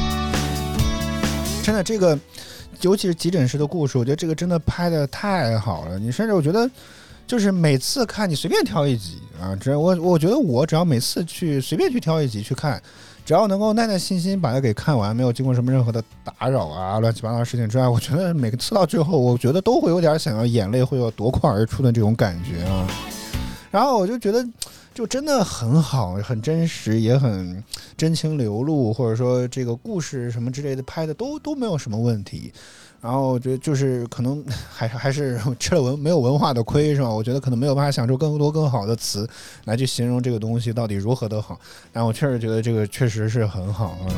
真的这个尤其是急诊室的故事，我觉得这个真的拍的太好了。你甚至我觉得就是每次看你随便挑一集啊，只我我觉得我只要每次去随便去挑一集去看，只要能够耐耐心心把它给看完，没有经过什么任何的打扰啊乱七八糟的事情之外，我觉得每次到最后我觉得都会有点想要眼泪会有夺眶而出的这种感觉啊。然后我就觉得就真的很好，很真实，也很真情流露，或者说这个故事什么之类的拍的都都没有什么问题。然后我觉得就是可能还还是吃了文没有文化的亏是吧？我觉得可能没有办法想出更多更好的词来去形容这个东西到底如何的好。但我确实觉得这个确实是很好啊。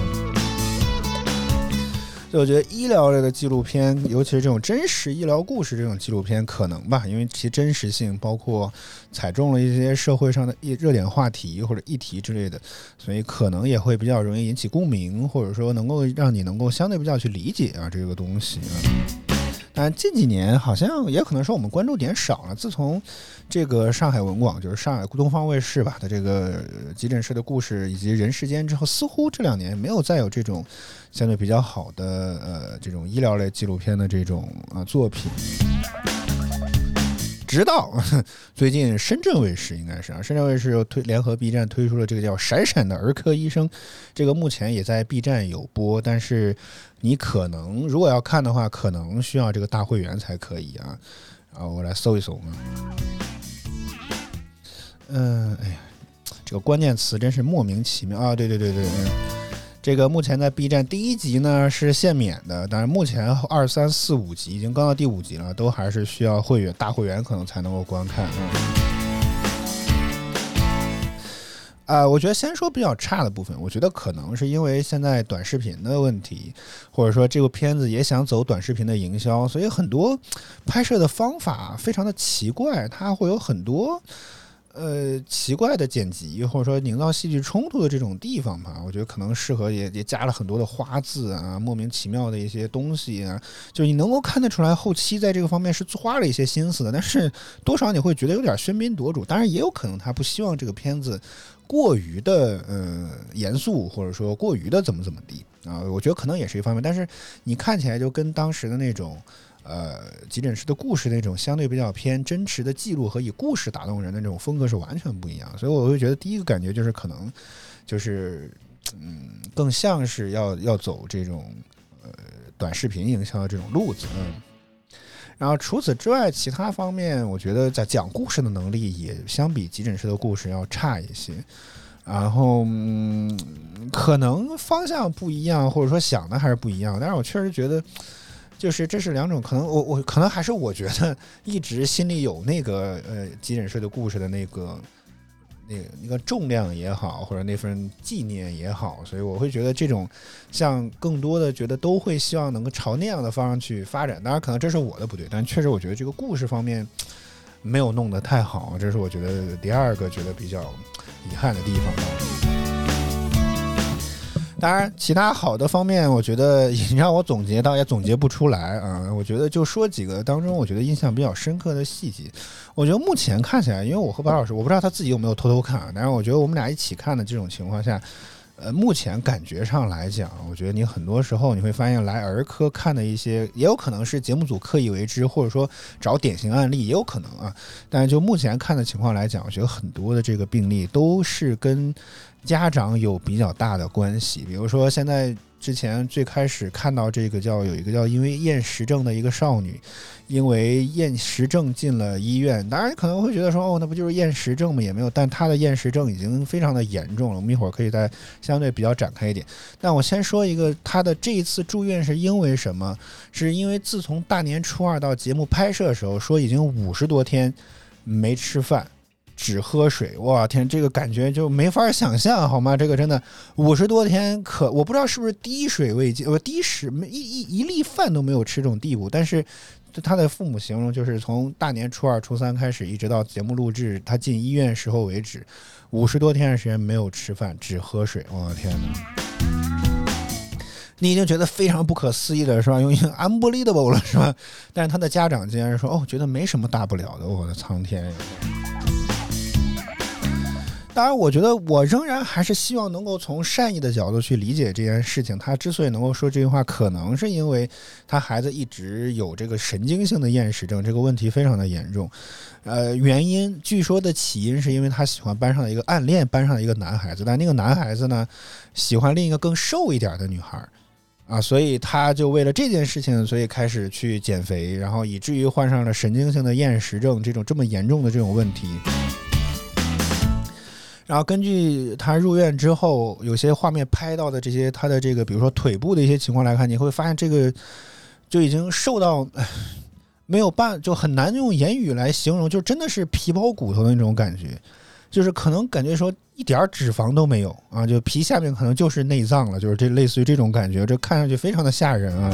所以我觉得医疗类的纪录片，尤其是这种真实医疗故事这种纪录片，可能吧，因为其真实性包括踩中了一些社会上的热点话题或者议题之类的，所以可能也会比较容易引起共鸣，或者说能够让你能够相对比较去理解啊这个东西啊。但近几年好像也可能说我们关注点少了，自从这个上海文广就是上海东方卫视吧的这个急诊室的故事以及人世间之后，似乎这两年没有再有这种相对比较好的呃这种医疗类纪录片的这种啊作品。直到最近深圳卫视应该是啊，深圳卫视又推联合 B 站推出了这个叫《闪闪的儿科医生》，这个目前也在 B 站有播，但是你可能如果要看的话，可能需要这个大会员才可以啊。然后我来搜一搜啊，嗯、呃，哎呀，这个关键词真是莫名其妙啊！对对对对。嗯这个目前在 B 站第一集呢是限免的，但是目前二三四五集已经刚到第五集了，都还是需要会员大会员可能才能够观看。啊、呃，我觉得先说比较差的部分，我觉得可能是因为现在短视频的问题，或者说这部片子也想走短视频的营销，所以很多拍摄的方法非常的奇怪，它会有很多呃，奇怪的剪辑，或者说营造戏剧冲突的这种地方吧，我觉得可能适合也也加了很多的花字啊，莫名其妙的一些东西啊，就你能够看得出来后期在这个方面是花了一些心思的，但是多少你会觉得有点喧宾夺主。当然也有可能他不希望这个片子过于的呃严肃，或者说过于的怎么怎么地啊，我觉得可能也是一方面。但是你看起来就跟当时的那种呃，急诊室的故事那种相对比较偏真实的记录和以故事打动人的那种风格是完全不一样，所以我会觉得第一个感觉就是可能就是嗯，更像是要要走这种呃短视频营销的这种路子。嗯，然后除此之外，其他方面我觉得在讲故事的能力也相比急诊室的故事要差一些。然后嗯，可能方向不一样，或者说想的还是不一样，但是我确实觉得就是这是两种可能，我我可能还是我觉得一直心里有那个呃急诊室的故事的那个那个那个重量也好，或者那份纪念也好，所以我会觉得这种像更多的觉得都会希望能够朝那样的方向去发展。当然可能这是我的不对，但确实我觉得这个故事方面没有弄得太好，这是我觉得第二个觉得比较遗憾的地方吧。当然其他好的方面我觉得你让我总结倒也总结不出来啊，我觉得就说几个当中我觉得印象比较深刻的细节。我觉得目前看起来，因为我和白老师我不知道他自己有没有偷偷看啊，但是我觉得我们俩一起看的这种情况下，呃，目前感觉上来讲，我觉得你很多时候你会发现来儿科看的一些也有可能是节目组刻意为之，或者说找典型案例也有可能啊，但是就目前看的情况来讲，我觉得很多的这个病例都是跟家长有比较大的关系。比如说现在之前最开始看到这个叫有一个叫因为厌食症的一个少女，因为厌食症进了医院，当然可能会觉得说哦那不就是厌食症吗，也没有，但她的厌食症已经非常的严重了，我们一会儿可以再相对比较展开一点。但我先说一个，她的这一次住院是因为什么，是因为自从大年初二到节目拍摄的时候说已经五十多天没吃饭只喝水，哇天，这个感觉就没法想象好吗？这个真的五十多天可我不知道是不是滴水未进，呃滴食一一一粒饭都没有吃这种地步，但是他的父母形容就是从大年初二、初三开始，一直到节目录制他进医院时候为止，五十多天的时间没有吃饭，只喝水。我的天哪！你已经觉得非常不可思议了，是吧？用 unbelievable 了，是吧？但是他的家长竟然说：“哦，觉得没什么大不了的。”我的苍天！当然，我觉得我仍然还是希望能够从善意的角度去理解这件事情。他之所以能够说这句话，可能是因为他孩子一直有这个神经性的厌食症，这个问题非常的严重。呃，原因据说的起因是因为他喜欢班上的一个暗恋班上的一个男孩子，但那个男孩子呢喜欢另一个更瘦一点的女孩。啊，所以他就为了这件事情，所以开始去减肥，然后以至于患上了神经性的厌食症这种这么严重的这种问题。然后根据他入院之后，有些画面拍到的这些他的这个，比如说腿部的一些情况来看，你会发现这个就已经瘦到没有办，就很难用言语来形容，就真的是皮包骨头的那种感觉。就是可能感觉说一点脂肪都没有啊，就皮下面可能就是内脏了，就是这类似于这种感觉，这看上去非常的吓人啊。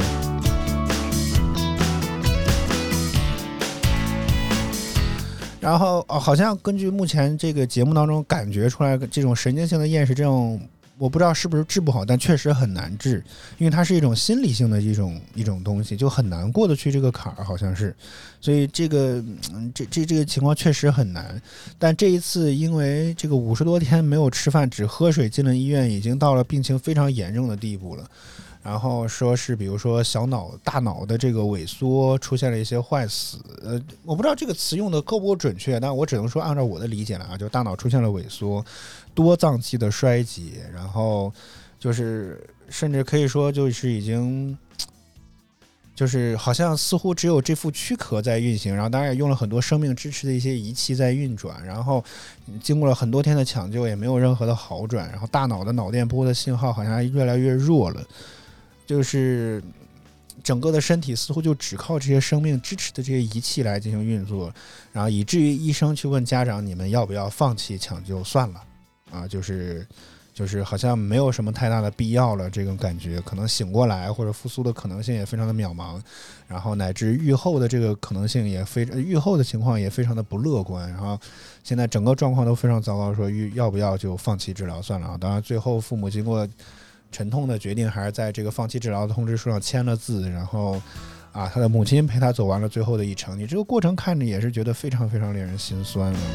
然后、哦、好像根据目前这个节目当中感觉出来，这种神经性的厌食症，我不知道是不是治不好，但确实很难治，因为它是一种心理性的一种一种东西，就很难过得去这个坎儿，好像是。所以这个这这这个情况确实很难。但这一次因为这个五十多天没有吃饭，只喝水进了医院，已经到了病情非常严重的地步了。然后说是比如说小脑大脑的这个萎缩出现了一些坏死，呃，我不知道这个词用的够不够准确，但我只能说按照我的理解了啊，就大脑出现了萎缩，多脏器的衰竭，然后就是甚至可以说就是已经就是好像似乎只有这副躯壳在运行，然后当然也用了很多生命支持的一些仪器在运转，然后经过了很多天的抢救也没有任何的好转，然后大脑的脑电波的信号好像越来越弱了，就是整个的身体似乎就只靠这些生命支持的这些仪器来进行运作，然后以至于医生去问家长，你们要不要放弃抢救算了啊，就是就是好像没有什么太大的必要了，这种感觉可能醒过来或者复苏的可能性也非常的渺茫，然后乃至愈后的这个可能性也非愈后的情况也非常的不乐观，然后现在整个状况都非常糟糕，说要不要就放弃治疗算了啊。当然最后父母经过沉痛的决定，还是在这个放弃治疗的通知书上签了字，然后啊，他的母亲陪他走完了最后的一程。你这个过程看着也是觉得非常非常令人心酸了。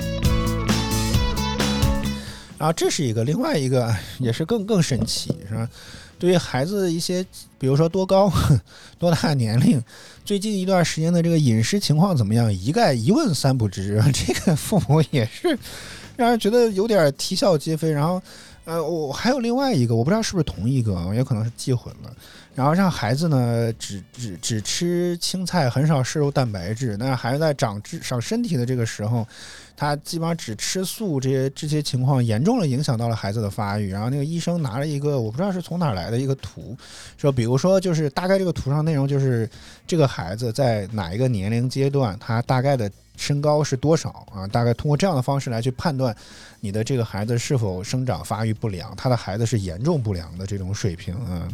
然后这是一个，另外一个也是更更神奇，是吧？对于孩子一些，比如说多高、多大年龄，最近一段时间的这个饮食情况怎么样，一概一问三不知，这个父母也是让人觉得有点啼笑皆非。然后呃，我还有另外一个，我不知道是不是同一个，也可能是记混了。然后让孩子呢只只只吃青菜，很少摄入蛋白质。那孩子在长智长身体的这个时候，他基本上只吃素，这些这些情况严重了影响到了孩子的发育。然后那个医生拿了一个我不知道是从哪来的一个图，说比如说就是大概这个图上内容就是这个孩子在哪一个年龄阶段，他大概的身高是多少啊？大概通过这样的方式来去判断你的这个孩子是否生长发育不良，他的孩子是严重不良的这种水平啊。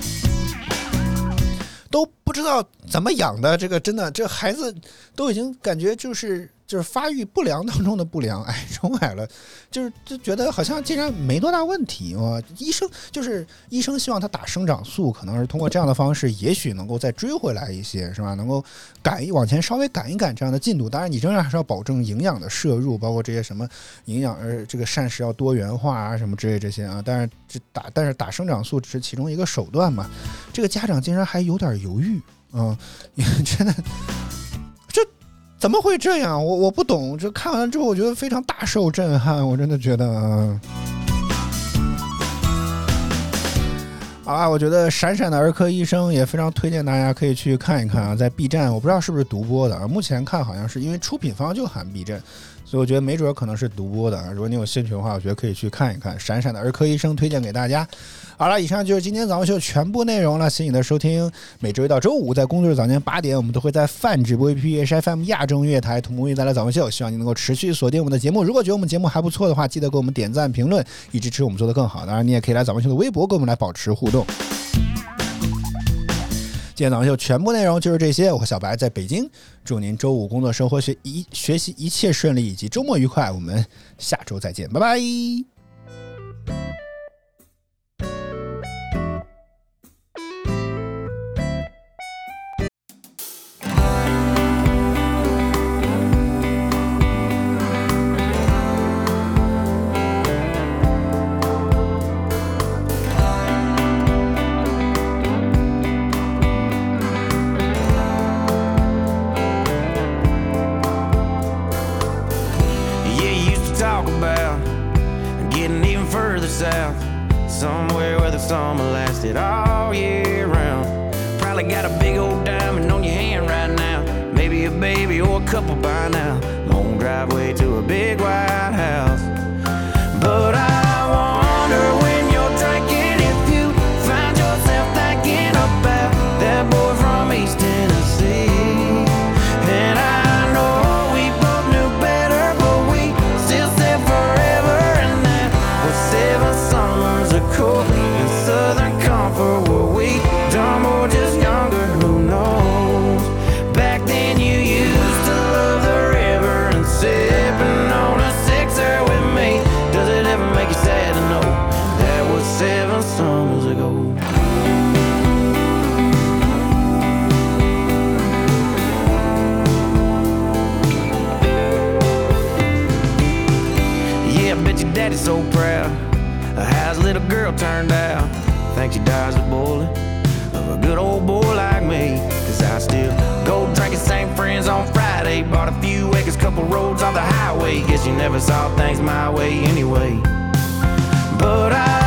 都不知道怎么养的，这个真的，这孩子都已经感觉就是就是发育不良当中的不良，哎，宠矮了，就是就觉得好像竟然没多大问题啊。医生就是医生希望他打生长素，可能是通过这样的方式，也许能够再追回来一些，是吧？能够赶一往前稍微赶一赶这样的进度。当然，你仍然还是要保证营养的摄入，包括这些什么营养呃这个膳食要多元化啊什么之类这些啊。但是这打但是打生长素只是其中一个手段嘛。这个家长竟然还有点犹豫啊，真的这。怎么会这样？我我不懂。这看完之后，我觉得非常大受震撼。我真的觉得，啊，好啊，我觉得闪闪的儿科医生也非常推荐大家可以去看一看啊，在 B 站，我不知道是不是独播的啊，目前看好像是因为出品方就喊 B 站，所以我觉得没准可能是独播的啊。如果你有兴趣的话，我觉得可以去看一看闪闪的儿科医生，推荐给大家。好了，以上就是今天早上秀全部内容了，谢谢你的收听。每周一到周五在工作日早间八点，我们都会在泛直播 A P P H F M 亚洲音乐台同步为你带来早上秀，希望你能够持续锁定我们的节目。如果觉得我们节目还不错的话，记得给我们点赞评论，以支持我们做得更好。当然你也可以来早上秀的微博跟我们来保持互动。 今天早上秀全部内容就是这些，我和小白在北京，祝您周五工作生活学一学习一切顺利，以及周末愉快，我们下周再见，拜拜。 Somewhere where the summer lasted all year round. Probably got a big old diamond on your hand right now. Maybe a baby or a couple by now. Long driveway to a big white house. But I wonder when you're drinking if you find yourself thinking about that boy from East Tennessee. And I know we both knew better, but we still said forever. And that was seven summers ago in Southern Comfort. Were we dumb or just younger? Who knows? Back then you used to love the river and sipping on a sixer with me. Does it ever make you sad to know that was seven summers ago? Yeah, I bet your daddy's so proud of how his little girl turned out. Think she dies a bullet of a good old boy like me. Cause I still go drinking, same friends on Friday. Bought a few acres, couple roads off the highway. Guess you never saw things my way anyway. But I